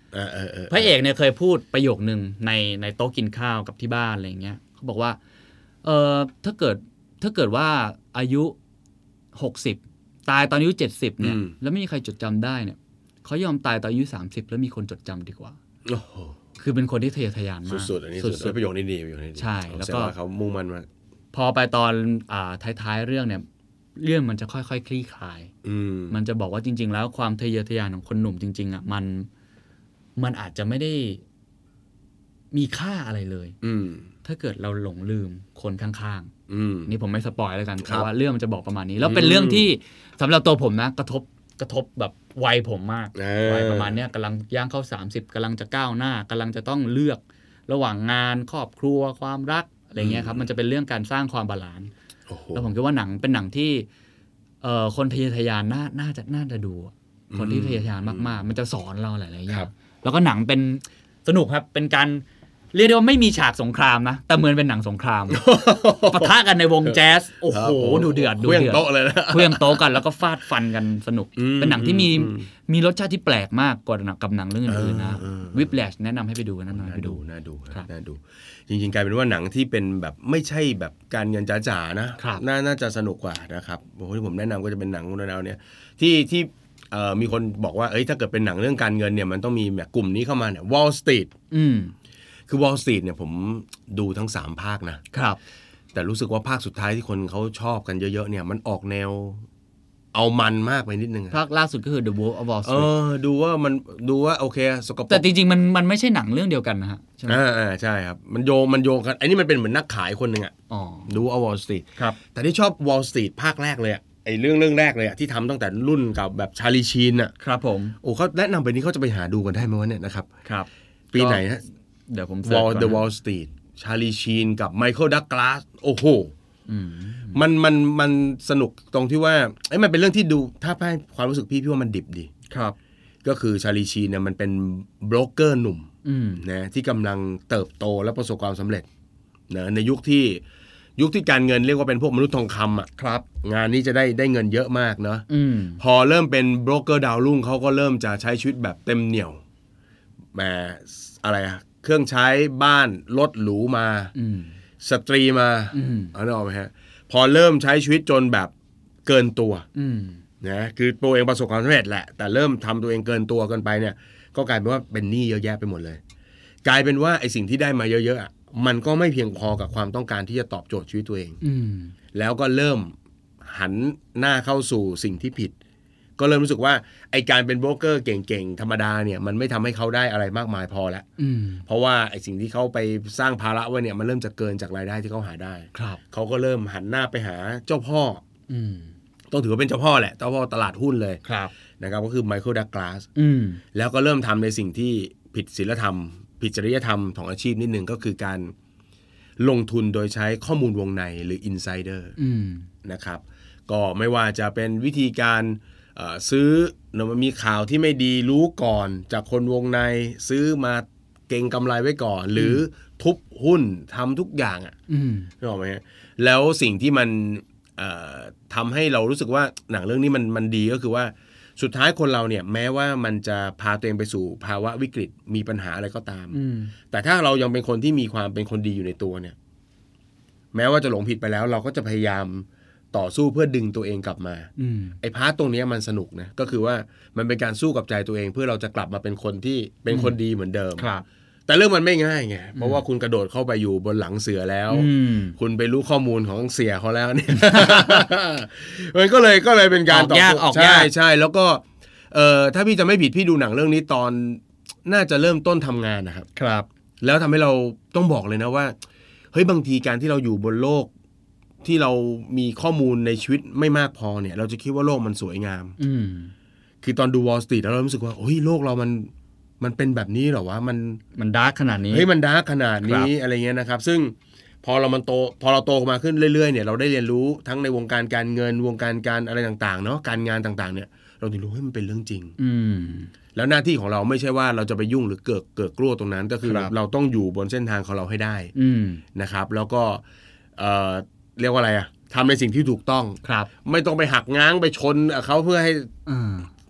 พระเอกเนี่ยเคยพูดประโยคนึงในโต๊ะกินข้าวกับที่บ้านอะไรอย่างเงี้ยเขาบอกว่าถ้าเกิดว่าอายุ60ตายตอนอายุ70เนี่ยแล้วไม่มีใครจดจำได้เนี่ยเขายอมตายตอนอายุ30แล้วมีคนจดจำดีกว่าโอ้โหคือเป็นคนที่ทะเยอทะยานมากสุดๆอันนี้สุดๆประโยคนี้ดีใช่แล้วก็เขามุ่งมั่นมากพอไปตอนท้ายๆเรื่องเนี่ยเรื่องมันจะค่อยๆคลี่คลายมันจะบอกว่าจริงๆแล้วความทะเยอทะยานของคนหนุ่มจริงๆอ่ะมันอาจจะไม่ได้มีค่าอะไรเลยถ้าเกิดเราหลงลืมคนข้างๆนี่ผมไม่สปอยแล้วกันเพราะว่าเรื่องมันจะบอกประมาณนี้แล้วเป็นเรื่องที่สำหรับตัวผมนะกระทบแบบวัยผมมากวัยประมาณเนี้ยกำลังย่างเข้า30กำลังจะก้าวหน้ากำลังจะต้องเลือกระหว่างงานครอบครัวความรักอะไรเงี้ยครับมันจะเป็นเรื่องการสร้างความบาลานซ์แล้วผมคิดว่าหนังเป็นหนังที่คนทะเยอทะยานน่าจะดูคนที่ทะเยอทะยานมากๆมันจะสอนเราหลายๆอย่างแล้วก็หนังเป็นสนุกครับเป็นการเรียกได้ว่าไม่มีฉากสงครามนะแต่เหมือนเป็นหนังสงครามปะทะกันในวงแจ๊สโอ้โหดูเดือดเครื่องโต๊ะเลยนะเครื่องโต๊ะกันแล้วก็ฟาดฟันกันสนุกเป็นหนังที่มีรสชาติที่แปลกมากกว่ากับหนังเรื่องอื่นๆนะวิปแลชแนะนำให้ไปดูกันน่าดูน่าดูจริงๆกลายเป็นว่าหนังที่เป็นแบบไม่ใช่แบบการเงินจ๋าๆนะน่าจะสนุกกว่านะครับโอ้โหที่ผมแนะนำก็จะเป็นหนังแนวเนี้ยที่มีคนบอกว่าถ้าเกิดเป็นหนังเรื่องการเงินเนี่ยมันต้องมีแบบกลุ่มนี้เข้ามาเนี่ย Wall Streetคือ Wall Street เนี่ยผมดูทั้ง3ภาคนะครับแต่รู้สึกว่าภาคสุดท้ายที่คนเขาชอบกันเยอะๆเนี่ยมันออกแนวเอามันมากไปนิดนึงภาคล่าสุดก็คือ The Wolf of Wall Street ดูว่าโอเคสกปรกแต่จริงๆมันไม่ใช่หนังเรื่องเดียวกันนะฮะใช่ไหมใช่ครับมันโยงกันไอ้นี่มันเป็นเหมือนนักขายคนนึงดูเอา Wall Street ครับแต่ที่ชอบ Wall Street ภาคแรกเลยไอ้เรื่องแรกเลยที่ทำตั้งแต่รุ่นกับแบบชาลีชีนครับผมเขาแนะนำไปนี้เขาจะไปหาดูกันได้ไหมวะเนี่ยนะครับครับปีไหนฮะเดี๋ยวผม The Wall Street ชาลีชีนกับไมเคิลดักลาสโอ้โหมันสนุกตรงที่ว่ามันเป็นเรื่องที่ดูถ้าให้ความรู้สึกพี่ว่ามันดิบดีครับก็คือชาลีชีนเนี่ยมันเป็นโบรกเกอร์หนุ่มนะที่กำลังเติบโตและประสบความสำเร็จนะในยุคที่การเงินเรียกว่าเป็นพวกมนุษย์ทองคำอ่ะครับงานนี้จะได้เงินเยอะมากเนาะพอเริ่มเป็นโบรกเกอร์ดาวรุ่งเขาก็เริ่มจะใช้ชีวิตแบบเต็มเหนี่ยวอะไรเครื่องใช้บ้านรถหรูมาสตรีมาเอาได้ออกไหมฮะพอเริ่มใช้ชีวิตจนแบบเกินตัวนะคือตัวเองประสบความสำเร็จแหละแต่เริ่มทำตัวเองเกินตัวเกินไปเนี่ยก็กลายเป็นว่าเป็นหนี้เยอะแยะไปหมดเลยกลายเป็นว่าไอ้สิ่งที่ได้มาเยอะๆมันก็ไม่เพียงพอกับความต้องการที่จะตอบโจทย์ชีวิตตัวเองแล้วก็เริ่มหันหน้าเข้าสู่สิ่งที่ผิดก็เริ่มรู้สึกว่าไอการเป็นโบรกเกอร์เก่งๆธรรมดาเนี่ยมันไม่ทำให้เขาได้อะไรมากมายพอแล้วเพราะว่าไอสิ่งที่เขาไปสร้างภาระไว้เนี่ยมันเริ่มจะเกินจากรายได้ที่เขาหาได้เขาก็เริ่มหันหน้าไปหาเจ้าพ่อต้องถือว่าเป็นเจ้าพ่อแหละเจ้าพ่อตลาดหุ้นเลยนะครับก็คือไมเคิลดักลาสแล้วก็เริ่มทำในสิ่งที่ผิดศีลธรรมผิดจริยธรรมของอาชีพนิดนึงก็คือการลงทุนโดยใช้ข้อมูลวงในหรืออินไซเดอร์นะครับก็ไม่ว่าจะเป็นวิธีการซื้อมันมีข่าวที่ไม่ดีรู้ก่อนจากคนวงในซื้อมาเก็งกำไรไว้ก่อนหรือทุบหุ้นทำทุกอย่างนึกออกไหมแล้วสิ่งที่มันทำให้เรารู้สึกว่าหนังเรื่องนี้มันดีก็คือว่าสุดท้ายคนเราเนี่ยแม้ว่ามันจะพาตัวเองไปสู่ภาวะวิกฤตมีปัญหาอะไรก็ตามแต่ถ้าเรายังเป็นคนที่มีความเป็นคนดีอยู่ในตัวเนี่ยแม้ว่าจะหลงผิดไปแล้วเราก็จะพยายามต่อสู้เพื่อดึงตัวเองกลับมาไอ้พาร์ทตรงนี้มันสนุกนะก็คือว่ามันเป็นการสู้กับใจตัวเองเพื่อเราจะกลับมาเป็นคนที่เป็นคนดีเหมือนเดิมแต่เรื่องมันไม่ง่ายไงเพราะว่าคุณกระโดดเข้าไปอยู่บนหลังเสือแล้วคุณไปรู้ข้อมูลของเสียเขาแล้วเนี่ยมันก็เลยเป็นการต่อใช่แล้วก็ถ้าพี่จะไม่ผิดพี่ดูหนังเรื่องนี้ตอนน่าจะเริ่มต้นทำงานนะครับแล้วทำให้เราต้องบอกเลยนะว่าเฮ้ยบางทีการที่เราอยู่บนโลกที่เรามีข้อมูลในชีวิตไม่มากพอเนี่ยเราจะคิดว่าโลกมันสวยงามคือตอนดู Wall Street แล้วเรารู้สึกว่าโอ้ยโลกเรามันเป็นแบบนี้เหรอวะมันดาร์กขนาดนี้เฮ้ยมันดาร์กขนาดนี้อะไรเงี้ยนะครับซึ่งพอเราโตมาขึ้นเรื่อยๆเนี่ยเราได้เรียนรู้ทั้งในวงการการเงินวงการอะไรต่างๆเนาะการงานต่างๆเนี่ยเราถึงรู้ให้มันเป็นเรื่องจริงแล้วหน้าที่ของเราไม่ใช่ว่าเราจะไปยุ่งหรือเกิดกลัวตรงนั้นก็คือเราต้องอยู่บนเส้นทางของเราให้ได้นะครับแล้วก็เรียกว่าอะไรทำในสิ่งที่ถูกต้องไม่ต้องไปหักง้างไปชนเขาเพื่อให้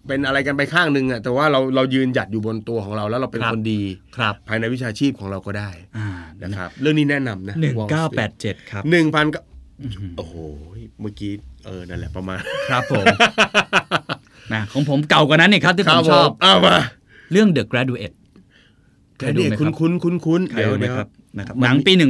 เป็นอะไรกันไปข้างนึงอ่ะแต่ว่าเรายืนหยัดอยู่บนตัวของเราแล้วเราเป็นคนดีภายในวิชาชีพของเราก็ได้นะครับเรื่องนี้แนะนำนะ 1987ครับ 1,000ก็โอ้โหเมื่อกี้นั่นแหละประมาณครับผมนะของผมเก่ากว่านั้นนี่ครับที่ผมชอบมาเรื่อง The Graduate คุ้นเดี๋ยวนะครับหนังปี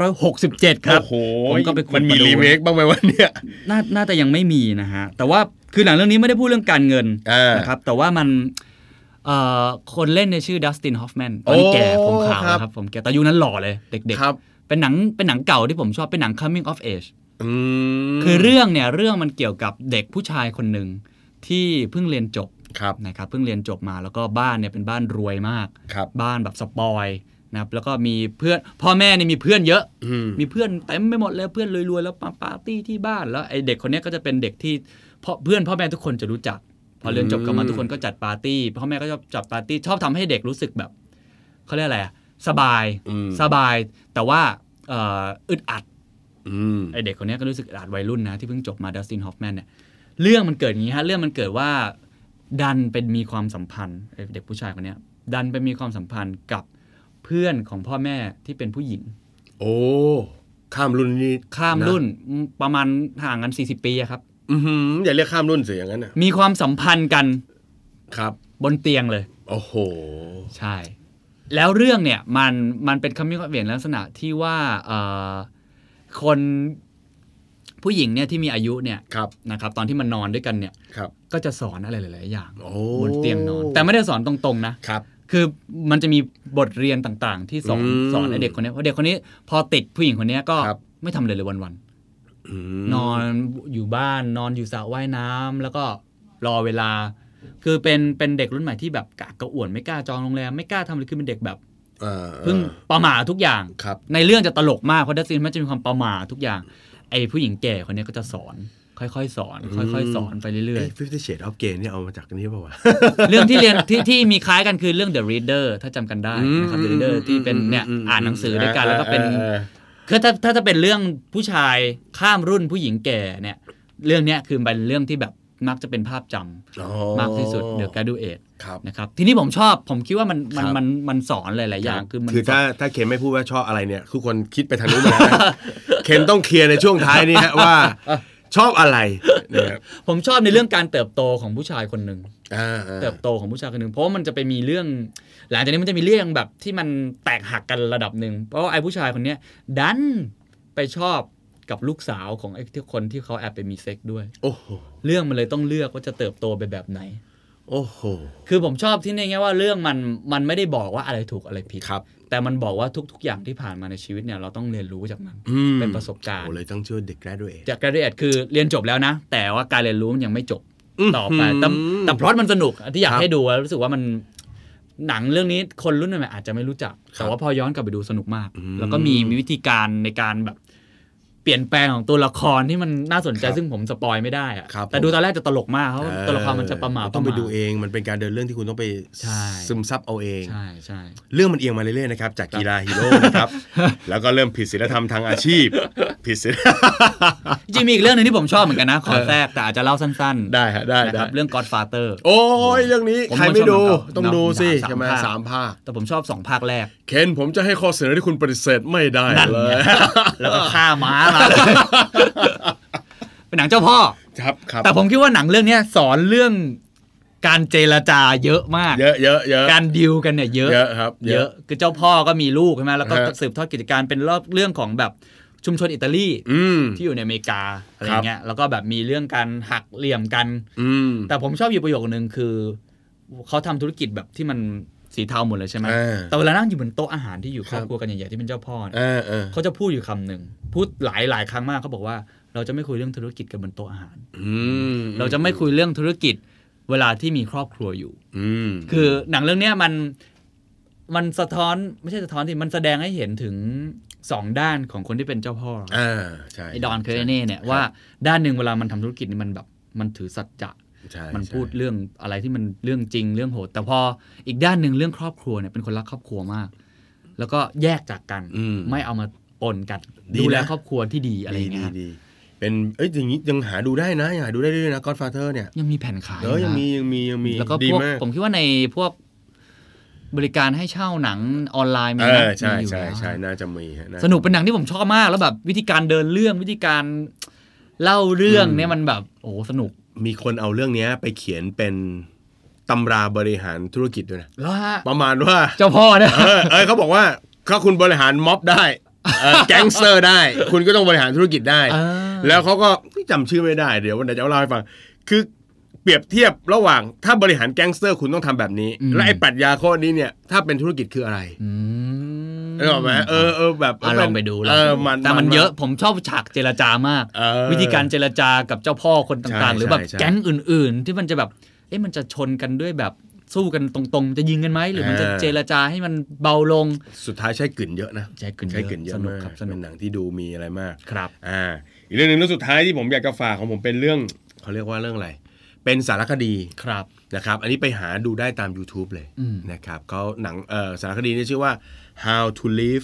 1967ครับผมก็ไปมันมีรีเมคบ้างไหมวะเนี่ยน่าจะยังไม่มีนะฮะแต่ว่าคือหนังเรื่องนี้ไม่ได้พูดเรื่องการเงินนะครับแต่ว่ามันคนเล่นในชื่อดัสตินฮอฟแมนตอนนี้แก่ผมขาวนะครับผมแก่แต่ยุคนั้นหล่อเลยเด็กๆเป็นหนังเก่าที่ผมชอบเป็นหนัง coming of age คือเรื่องมันเกี่ยวกับเด็กผู้ชายคนหนึ่งที่เพิ่งเรียนจบนะครับเพิ่งเรียนจบมาแล้วก็บ้านเนี่ยเป็นบ้านรวยมากบ้านแบบสปอยนะครับแล้วก็มีเพื่อนพ่อแม่เนี่ยมีเพื่อนเยอะมีเพื่อนเต็มไปหมดเลยเพื่อนรวยๆแล้วปาร์ตี้ที่บ้านแล้วไอเด็กคนนี้ก็จะเป็นเด็กที่เพื่อนพ่อแม่ทุกคนจะรู้จักพอเรียนจบกลับมาทุกคนก็จัดปาร์ตี้พ่อแม่ก็จะจัดปาร์ตี้ชอบทำให้เด็กรู้สึกแบบเขาเรียกอะไรสบายแต่ว่าอึดอัดไอเด็กคนนี้ก็รู้สึกอึดอัดวัยรุ่นนะที่เพิ่งจบมาดัสตินฮอฟแมนเนี่ยเรื่องมันเกิดอย่างนี้ฮะเรื่องมันเกิดว่าดันเป็นมีความสัมพันธ์เด็กผู้ชายคนนี้ดันไปมีความสัมพันธ์กับเพื่อนของพ่อแม่ที่เป็นผู้หญิงโอ้ข้ามรุ่นนี่ข้ามรุ่นประมาณห่างกัน40ปีครับอย่าเรียกข้ามรุ่นสิอย่างนั้นนะมีความสัมพันธ์กันครับบนเตียงเลยโอ้โหใช่แล้วเรื่องเนี่ยมันเป็นcoming of ageลักษณะที่ว่าคนผู้หญิงเนี่ยที่มีอายุเนี่ยนะครับตอนที่มันนอนด้วยกันเนี่ยก็จะสอนอะไรหลายๆอย่างบนเตียงนอนแต่ไม่ได้สอนตรงๆนะครับคือมันจะมีบทเรียนต่างๆที่สอนไอ้เด็กคนนี้เพราะเด็กคนนี้พอติดผู้หญิงคนนี้ก็ไม่ทำเลยวันๆนอนอยู่บ้านนอนอยู่สระว่ายน้ำแล้วก็รอเวลาคือเป็นเด็กรุ่นใหม่ที่แบบกระอ่วนไม่กล้าจองโรงแรมไม่กล้าทำอะไรคือเป็นเด็กแบบเพิ่งประหม่าทุกอย่างในเรื่องจะตลกมากเพราะดัสตินมันจะมีความประหม่าทุกอย่างไอ้ผู้หญิงแก่คนนี้ก็จะสอนค่อยๆสอนค่อยๆสอนไปเรื่อยๆ 50 Shades of Grey นี่เอามาจากนี้ป่าววะเรื่องที่เรียนที่มีคล้ายกันคือเรื่อง The Reader ถ้าจำกันได้นะครับ The Reader ที่เป็นเนี่ยอ่านหนังสือด้วยกันแล้วก็เป็นคือถ้าจะเป็นเรื่องผู้ชายข้ามรุ่นผู้หญิงแก่เนี่ยเรื่องเนี้ยคือเป็นเรื่องที่แบบมักจะเป็นภาพจำมากที่สุด The Graduate นะครับทีนี้ผมคิดว่ามันสอนหลายๆอย่างคือถ้าเคนไม่พูดว่าชอบอะไรเนี่ยทุกคนคิดไปทางนู้นมาแล้วเคนต้องเคลียร์ในช่วงท้ายนี้ฮะว่าชอบอะไรนะครับผมชอบในเรื่องการเติบโตของผู้ชายคนหนึ่งเติบโตของผู้ชายคนหนึ่งเพราะว่ามันจะไปมีเรื่องหลังจากนี้มันจะมีเรื่องแบบที่มันแตกหักกันระดับหนึ่งเพราะว่าไอ้ผู้ชายคนนี้ดันไปชอบกับลูกสาวของไอ้คนที่เขาแอบไปมีเซ็กด้วยโอ้โหเรื่องมันเลยต้องเลือกว่าจะเติบโตไปแบบไหนโอ้โหคือผมชอบที่ในแง่ว่าเรื่องมันไม่ได้บอกว่าอะไรถูกอะไรผิดแต่มันบอกว่าทุกอย่างที่ผ่านมาในชีวิตเนี่ยเราต้องเรียนรู้จากมันเป็นประสบการณ์เลยต้องชื่อ The Graduate จาก Graduate คือเรียนจบแล้วนะแต่ว่าการเรียนรู้มันยังไม่จบต่อไปแต่พล็อตมันสนุกที่อยากให้ดูรู้สึกว่ามันหนังเรื่องนี้คนรุ่นใหม่อาจจะไม่รู้จักแต่ว่าพอย้อนกลับไปดูสนุกมากแล้วก็มีวิธีการในการแบบเปลี่ยนแปลงของตัวละครที่มันน่าสนใจซึ่งผมสปอยไม่ได้อะแต่ดูตอนแรกจะตลกมากเพราะตัวละครมันจะประมาทต้องไปดูเองมันเป็นการเดินเรื่องที่คุณต้องไปซึมซับเอาเองใช่เรื่องมันเอียงมาเรื่อยๆนะครับจากกีฬาฮีโร่นะครับแล้วก็เริ่มผิดศีลธรรมทางอาชีพผิดศีลจริงมีอีกเรื่องนึงที่ผมชอบเหมือนกันนะขอแทรกแต่อาจจะเล่าสั้นๆได้ฮะได้ครับเรื่อง Godfather โอ้ยเรื่องนี้ใครไม่ดูต้องดูสิใช่มั้ย3ภาคแต่ผมชอบ2ภาคแรกเคนผมจะให้ข้อเสนอที่คุณปฏิเสธไม่ได้เลยแล้วก็ฆ่าม้ามาเป็นหนังเจ้าพ่อครับแต่ผมคิดว่าหนังเรื่องนี้สอนเรื่องการเจรจาเยอะมากเยอะการดีลกันเนี่ยเยอะครับเยอะคือเจ้าพ่อก็มีลูกใช่ไหมแล้วก็สืบทอดกิจการเป็นเรื่องของแบบชุมชนอิตาลีที่อยู่ในอเมริกาอะไรเงี้ยแล้วก็แบบมีเรื่องการหักเหลี่ยมกันแต่ผมชอบอยู่ประโยคนึงคือเขาทำธุรกิจแบบที่มันสีเทาหมดเลยใช่ไหมแต่เวลานั่งอยู่บนโต๊ะอาหารที่อยู่ครอบครัวกันใหญ่ๆที่เป็นเจ้าพ่อเขาจะพูดอยู่คำหนึ่งพูดหลายครั้งมากเขาบอกว่าเราจะไม่คุยเรื่องธุรกิจกันบนโต๊ะอาหารเราจะไม่คุยเรื่องธุรกิจเวลาที่มีครอบครัวอยู่คือหนังเรื่องนี้มันสะท้อนไม่ใช่สะท้อนที่มันแสดงให้เห็นถึง2ด้านของคนที่เป็นเจ้าพ่อใช่ไอ้ดอนเคอร์เน่เนี่ยว่าด้านนึงเวลามันทำธุรกิจนี่มันแบบมันถือสัจจะมันพูดเรื่องอะไรที่มันเรื่องจริงเรื่องโหดแต่พออีกด้านนึงเรื่องครอบครัวเนี่ยเป็นคนรักครอบครัวมากแล้วก็แยกจากกันไม่เอามาปนกันดูแลครอบครัวที่ดีอะไรเงี้ยเป็นอย่างนี้ยังหาดูได้นะยังหาดูได้ด้วยนะ Godfather เนี่ยยังมีแผ่นขายยังมีแล้วก็พวกผมคิดว่าในพวกบริการให้เช่าหนังออนไลน์มีนะใช่น่าจะมีสนุกเป็นหนังที่ผมชอบมากแล้วแบบวิธีการเดินเรื่องวิธีการเล่าเรื่องเนี่ยมันแบบโอ้สนุกมีคนเอาเรื่องนี้ไปเขียนเป็นตำราบริหารธุรกิจด้วยนะประมาณว่าเจ้าพ่อเนี่ยเขาบอกว่าถ้าคุณบริหารม็อบได้แก๊งสเตอร์ได้คุณก็ต้องบริหารธุรกิจได้แล้วเขาก็จำชื่อไม่ได้เดี๋ยววันไหนจะเล่าให้ฟังคือเปรียบเทียบระหว่างถ้าบริหารแก๊งสเตอร์คุณต้องทำแบบนี้และไอ้ปรัชญาข้อนี้เนี่ยถ้าเป็นธุรกิจคืออะไรรู้ไหมแบบลองไปดูแต่มันเยอะผมชอบฉากเจรจามากวิธีการเจรจากับเจ้าพ่อคนต่างๆหรือแบบแก๊งอื่นๆที่มันจะแบบมันจะชนกันด้วยแบบสู้กันตรงๆจะยิงกันไหมหรือมันจะเจรจาให้มันเบาลงสุดท้ายใช้กลิ่นเยอะนะใช้กลิ่นเยอะสนุกครับเป็นหนังที่ดูมีอะไรมากครับอีกเรื่องนึงเรื่องสุดท้ายที่ผมอยากจะฝากของผมเป็นเรื่องเขาเรียกว่าเรื่องอะไรเป็นสารคดีครับนะครับอันนี้ไปหาดูได้ตาม YouTube เลยนะครับเขาหนังสารคดีนี้ชื่อว่า How to Live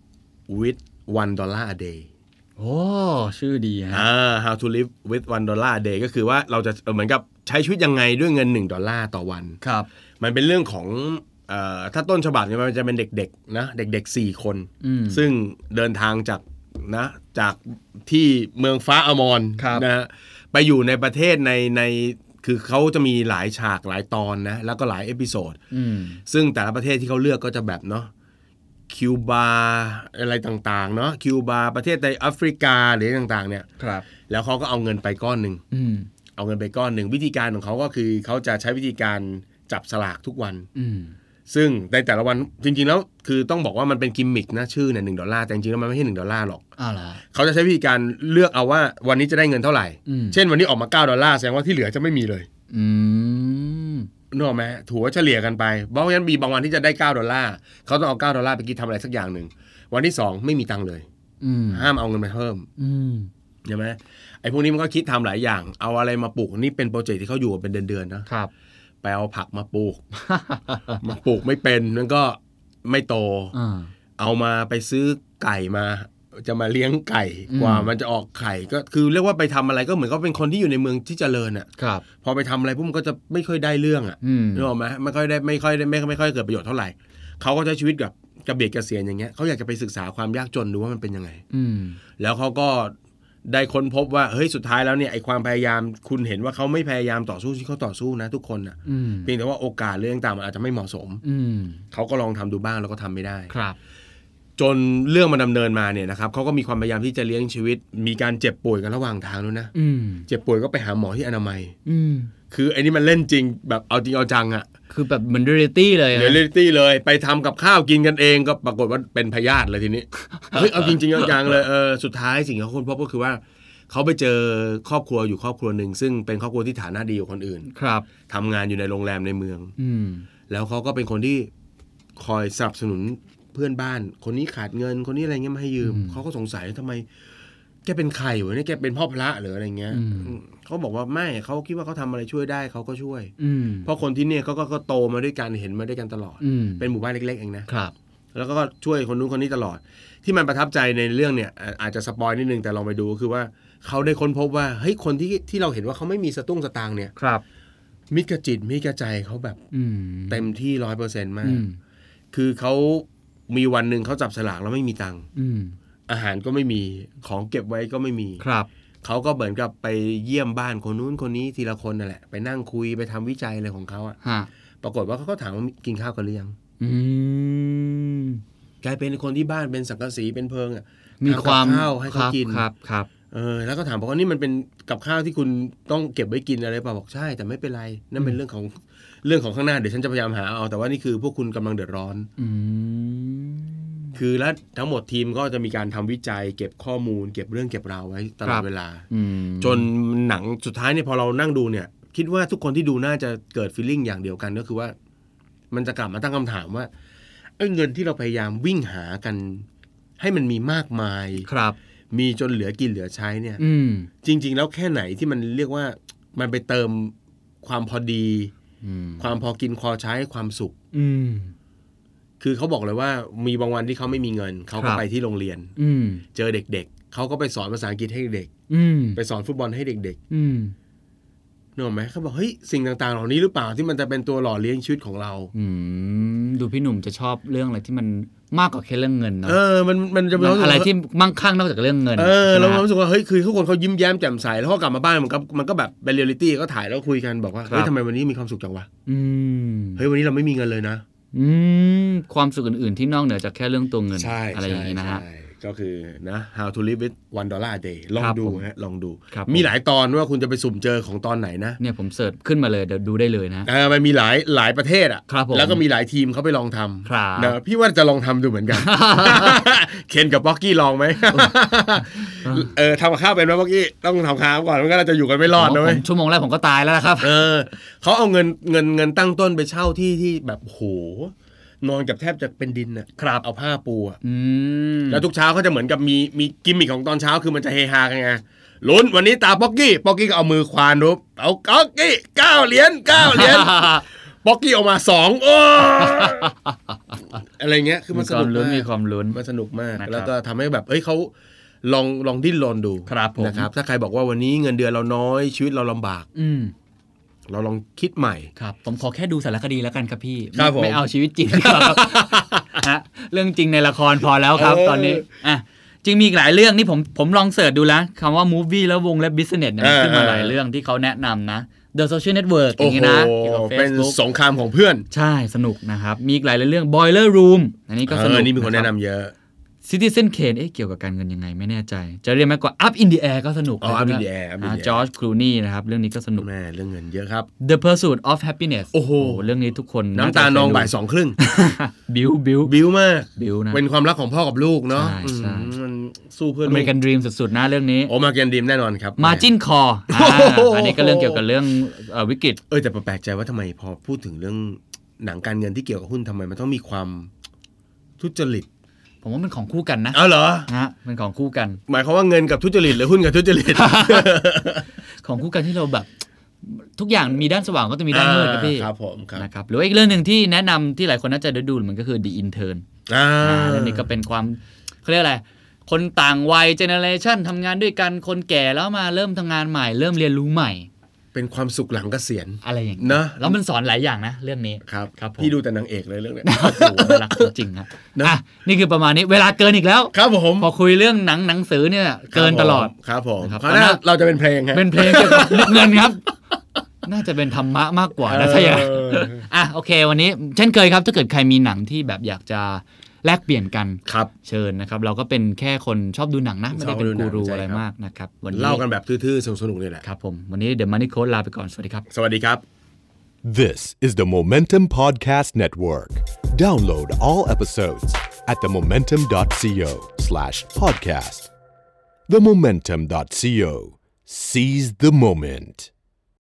with $1 a day โอ้ชื่อดีฮะ How to Live with $1 a day ก็คือว่าเราจะเหมือนกับใช้ชีวิตยังไงด้วยเงิน$1ต่อวันครับมันเป็นเรื่องของถ้าต้นฉบับเนี่ยมันจะเป็นเด็กๆนะเด็กๆ4คนซึ่งเดินทางจากที่เมืองฟ้าอมรนะฮะไปอยู่ในประเทศในคือเขาจะมีหลายฉากหลายตอนนะแล้วก็หลายเอพิโซดซึ่งแต่ละประเทศที่เขาเลือกก็จะแบบเนาะคิวบาอะไรต่างๆเนาะคิวบาประเทศในแอฟริกาหรือต่างๆเนี่ยแล้วเขาก็เอาเงินไปก้อนนึงวิธีการของเขาก็คือเขาจะใช้วิธีการจับสลากทุกวันซึ่งในแต่ละวันจริงๆแล้วคือต้องบอกว่ามันเป็นกิมมิกนะชื่อเนี่ย$1แต่จริงๆแล้วมันไม่ใช่$1หรอกเขาจะใช้วิธีการเลือกเอาว่าวันนี้จะได้เงินเท่าไหร่เช่นวันนี้ออกมา$9แสดงว่าที่เหลือจะไม่มีเลยนึกออกไหมถือว่าเฉลี่ยกันไปเพราะฉะนั้นมีบางวันที่จะได้$9เขาต้องเอา$9ไปกินทำอะไรสักอย่างหนึ่งวันที่2ไม่มีตังค์เลยห้ามเอาเงินมาเพิ่มใช่ไหมไอ้พวกนี้มันก็คิดทำหลายอย่างเอาอะไรมาปลูกนี่เป็นโปรเจกต์ที่เขาอยู่เป็นเดือนๆนะครับไปเอาผักมาปลูก ไม่เป็นนั่นก็ไม่โตเอามาไปซื้อไก่มาจะมาเลี้ยงไก่กว่ามันจะออกไข่ก็คือเรียกว่าไปทำอะไรก็เหมือนเขาเป็นคนที่อยู่ในเมืองที่เจริญอ่ะพอไปทำอะไรพวกมันก็จะไม่ค่อยได้เรื่องอ่ะนึกออกไหมไม่ค่อยเกิดประโยชน์เท่าไหร่เขาก็ใช้ชีวิตกับกระเบียดกระเสียนอย่างเงี้ยเขาอยากจะไปศึกษาความยากจนดูว่ามันเป็นยังไงแล้วเขาก็ได้ค้นพบว่าเฮ้ยสุดท้ายแล้วเนี่ยไอ้ความพยายามคุณเห็นว่าเขาไม่พยายามต่อสู้ที่เขาต่อสู้นะทุกคนน่ะเพียงแต่ว่าโอกาสเรื่องต่างๆมันอาจจะไม่เหมาะสมเขาก็ลองทำดูบ้างแล้วก็ทำไม่ได้จนเรื่องมันดำเนินมาเนี่ยนะครับเขาก็มีความพยายามที่จะเลี้ยงชีวิตมีการเจ็บป่วยกันระหว่างทางด้วยนะเจ็บป่วยก็ไปหาหมอที่อนามัยคือไอ้นี่มันเล่นจริงแบบเอาจริงเอาจังอ่ะคือแบบเหมือนเรียลิตี้เลยไปทำกับข้าวกินกันเองก็ปรากฏว่าเป็นพยาธิเลยทีนี้เฮ้ยเอาจริงๆเอาจังเลยสุดท้ายสิ่งที่เขาค้นพบก็คือว่าเขาไปเจอครอบครัวอยู่ครอบครัวหนึ่งซึ่งเป็นครอบครัวที่ฐานะดีกว่าคนอื่นครับทำงานอยู่ในโรงแรมในเมืองแล้วเขาก็เป็นคนที่คอยสนับสนุนเพื่อนบ้านคนนี้ขาดเงินคนนี้อะไรเงี้ยมาให้ยืมเขาก็สงสัยทำไมแกเป็นใครวะเนี่ยแกเป็นพ่อพระหรืออะไรเงี้ยเขาบอกว่าไม่เขาคิดว่าเขาทำอะไรช่วยได้เขาก็ช่วยเพราะคนที่เนี่ยเขาก็โตมาด้วยกันเห็นมาด้วยกันตลอดเป็นหมู่บ้านเล็กๆเองนะครับแล้วก็ช่วยคนนู้นคนนี้ตลอดที่มันประทับใจในเรื่องเนี่ยอาจจะสปอยนิดนึงแต่ลองไปดูคือว่าเขาได้ค้นพบว่าเฮ้ยคนที่เราเห็นว่าเขาไม่มีสตุ้งสตางค์เนี่ยมิตรกับจิตมิตรกับใจเขาแบบเต็มที่ 100% มากคือเขามีวันหนึ่งเขาจับสลากแล้วไม่มีตังค์อาหารก็ไม่มีของเก็บไว้ก็ไม่มีเขาก็เหมือนกับไปเยี่ยมบ้านคนนู้นคนนี้ทีละคนนั่นแหละไปนั่งคุยไปทำวิจัยอะไรของเขาอะปรากฏว่าเขาก็ถามว่ากินข้าวกันหรือยังกลายเป็นคนที่บ้านเป็นสังกะสีเป็นเพิงอะมีความข้าวให้เขากินครับแล้วก็ถามบอกว่านี่มันเป็นกับข้าวที่คุณต้องเก็บไว้กินอะไรป่ะบอกใช่แต่ไม่เป็นไรนั่นเป็นเรื่องของข้างหน้าเดี๋ยวฉันจะพยายามหาเอาแต่ว่านี่คือพวกคุณกำลังเดือดร้อนคือแล้วทั้งหมดทีมก็จะมีการทำวิจัยเก็บข้อมูลเก็บเรื่องเก็บราวไว้ตลอดเวลาจนหนังสุดท้ายเนี่ยพอเรานั่งดูเนี่ยคิดว่าทุกคนที่ดูน่าจะเกิดฟีลลิ่งอย่างเดียวกันก็คือว่ามันจะกลับมาตั้งคำถามว่าเงินที่เราพยายามวิ่งหากันให้มันมีมากมายมีจนเหลือกินเหลือใช้เนี่ยจริงๆแล้วแค่ไหนที่มันเรียกว่ามันไปเติมความพอดีความพอกินพอใช้ความสุขคือเขาบอกเลยว่ามีบางวันที่เขาไม่มีเงินเขาก็ไปที่โรงเรียนเจอเด็กๆเขาก็ไปสอนภาษาอังกฤษให้เด็กไปสอนฟุตบอลให้เด็กนึกออกไหมเขาบอกเฮ้ยสิ่งต่างๆเหล่านี้หรือเปล่าที่มันจะเป็นตัวหล่อเลี้ยงชีวิตของเราดูพี่หนุ่มจะชอบเรื่องอะไรที่มันมากกว่าแค่เรื่องเงินเนาะมันจะเป็นอะไรที่มั่งคั่งนอกจากเรื่องเงินเรารู้สึกว่าเฮ้ยคือทุกคนเขายิ้มแย้มแจ่มใสแล้วเขากลับมาบ้านมันก็แบบเป็นเรียลลิตี้ก็ถ่ายแล้วคุยกันบอกว่าเฮ้ยทำไมวันนี้มีความสุขจังวะเฮ้ยวันนี้เราไม่มีเงินเลยนะความสุขอื่นๆที่นอกเหนือจากแค่เรื่องตัวเงินอะไรอย่างนี้นะฮะก็คือนะ How to live with $1 a day ลองดูฮะลองดูมีหลายตอนว่าคุณจะไปสุ่มเจอของตอนไหนนะเนี่ยผมเสิร์ชขึ้นมาเลยเดี๋ยวดูได้เลยนะมันมีหลายประเทศอ่ะแล้วก็มีหลายทีมเขาไปลองทำนะพี่ว่าจะลองทำดูเหมือนกัน เคนกับป๊อกกี้ลองไหม ทำข้าวเป็นไหมป๊อกกี้ต้องทำข้าวก่อนมันก็จะอยู่กันไม่รอดนะเว้ยชั่วโมงแรกผมก็ตายแล้วนะครับเขาเอาเงินตั้งต้นไปเช่าที่แบบโหนอนกับแทบจะเป็นดินน่ะเอาผ้าปูอ่ะแล้วทุกเช้าเขาจะเหมือนกับมีกิมมิคของตอนเช้าคือมันจะเฮฮากันไงลุ้นวันนี้ตาป๊อกกี้ก็เอามือควานรูปเอาป๊อกกี้9 เหรียญป๊อกกี้ออกมา2โอ้อะไรเงี้ยคือมันสนุกมีความลุ้นมันสนุกมากแล้วก็ทำให้แบบเขาลองดิ้นรนดูนะครับถ้าใครบอกว่าวันนี้เงินเดือนเราน้อยชีวิตเราลำบากเราลองคิดใหม่ครับผมขอแค่ดูสารคดีแล้วกันครับพี่ไม่เอาชีวิตจริงครับฮะเรื่องจริงในละครพอแล้วครับตอนนี้จริงมีอีกหลายเรื่องนี่ผมลองเสิร์ชดูแล้วคำว่า movie แล้ววงและ business เนี่ยขึ้นมาหลายเรื่องที่เขาแนะนำนะ The Social Network อย่างนี้นะเป็นสงครามของเพื่อนใช่สนุกนะครับมีอีกหลายเรื่อง Boiler Room อันนี้ก็สนุกนี่มีคนแนะนำเยอะ Citizen Kane เกี่ยวกับการเงินยังไงไม่แน่ใจจะเรียกไหมกว่า Up in the Air ก็สนุก Up in the Air จอร์จคลูนี่นะครับเรื่องนี้ก็สนุกแม่เรื่องเงินเยอะครับ The Pursuit of Happiness โอ้โหเรื่องนี้ทุกคนน้ำตานองบ่าย 2:30 บิวมากเป็นความรักของพ่อกับลูกเนาะมันสู้เพื่อลูก American Dream สุดๆนะเรื่องนี้ American Dream แน่นอนครับ Margin Call อันนี้ก็เรื่องเกี่ยวกับเรื่องวิกฤตแต่แปลกใจว่าทำไมพอพูดถึงเรื่องหนังการเงินที่เกี่ยวกับหุ้นทำไมมันต้องมีความทุจริตผมว่ามันของคู่กันนะเหรอฮะมันของคู่กันหมายความว่าเงินกับทุจริตหรือหุ้นกับทุจริตของคู่กันที่เราแบบทุกอย่างมีด้านสว่างก็จะมีด้านมืดครับพี่ครับผมนะครับหรืออีกเรื่องนึงที่แนะนำที่หลายคนน่าจะได้ดูมันก็คือ The Intern เรื่องนี้ก็เป็นความเขาเรียกอะไรคนต่างวัยเจเนอเรชันทำงานด้วยกันคนแก่แล้วมาเริ่มทำงานใหม่เริ่มเรียนรู้ใหม่เป็นความสุขหลังเกษียณอะไรอย่างนี้นะแล้วมันสอนหลายอย่างนะเรื่องนี้ครับพี่ดูแต่นางเอกเลยเรื่องนี้โอ้โหรักจริงครับนี่คือประมาณนี้เวลาเกินอีกแล้วครับผมพอคุยเรื่องหนังสือเนี่ยเกินตลอดครับผมคราวหน้าเราจะเป็นเพลงครับเป็นเพลงเกี่ยวกับเงินครับน่าจะเป็นธรรมะมากกว่านะถ้าอย่างโอเควันนี้เช่นเคยครับถ้าเกิดใครมีหนังที่แบบอยากจะแลกเปลี่ยนกันเชิญนะครับเราก็เป็นแค่คนชอบดูหนังนะไม่ได้เป็นกูรูอะไรมากนะครับวันนี้เล่ากันแบบทื่อๆสนุกๆนี่แหละครับผมวันนี้ The Money Code ลาไปก่อนสวัสดีครับสวัสดีครับ This is the Momentum Podcast Network. Download all episodes at themomentum.co/podcast. Themomentum.co. Seize the moment.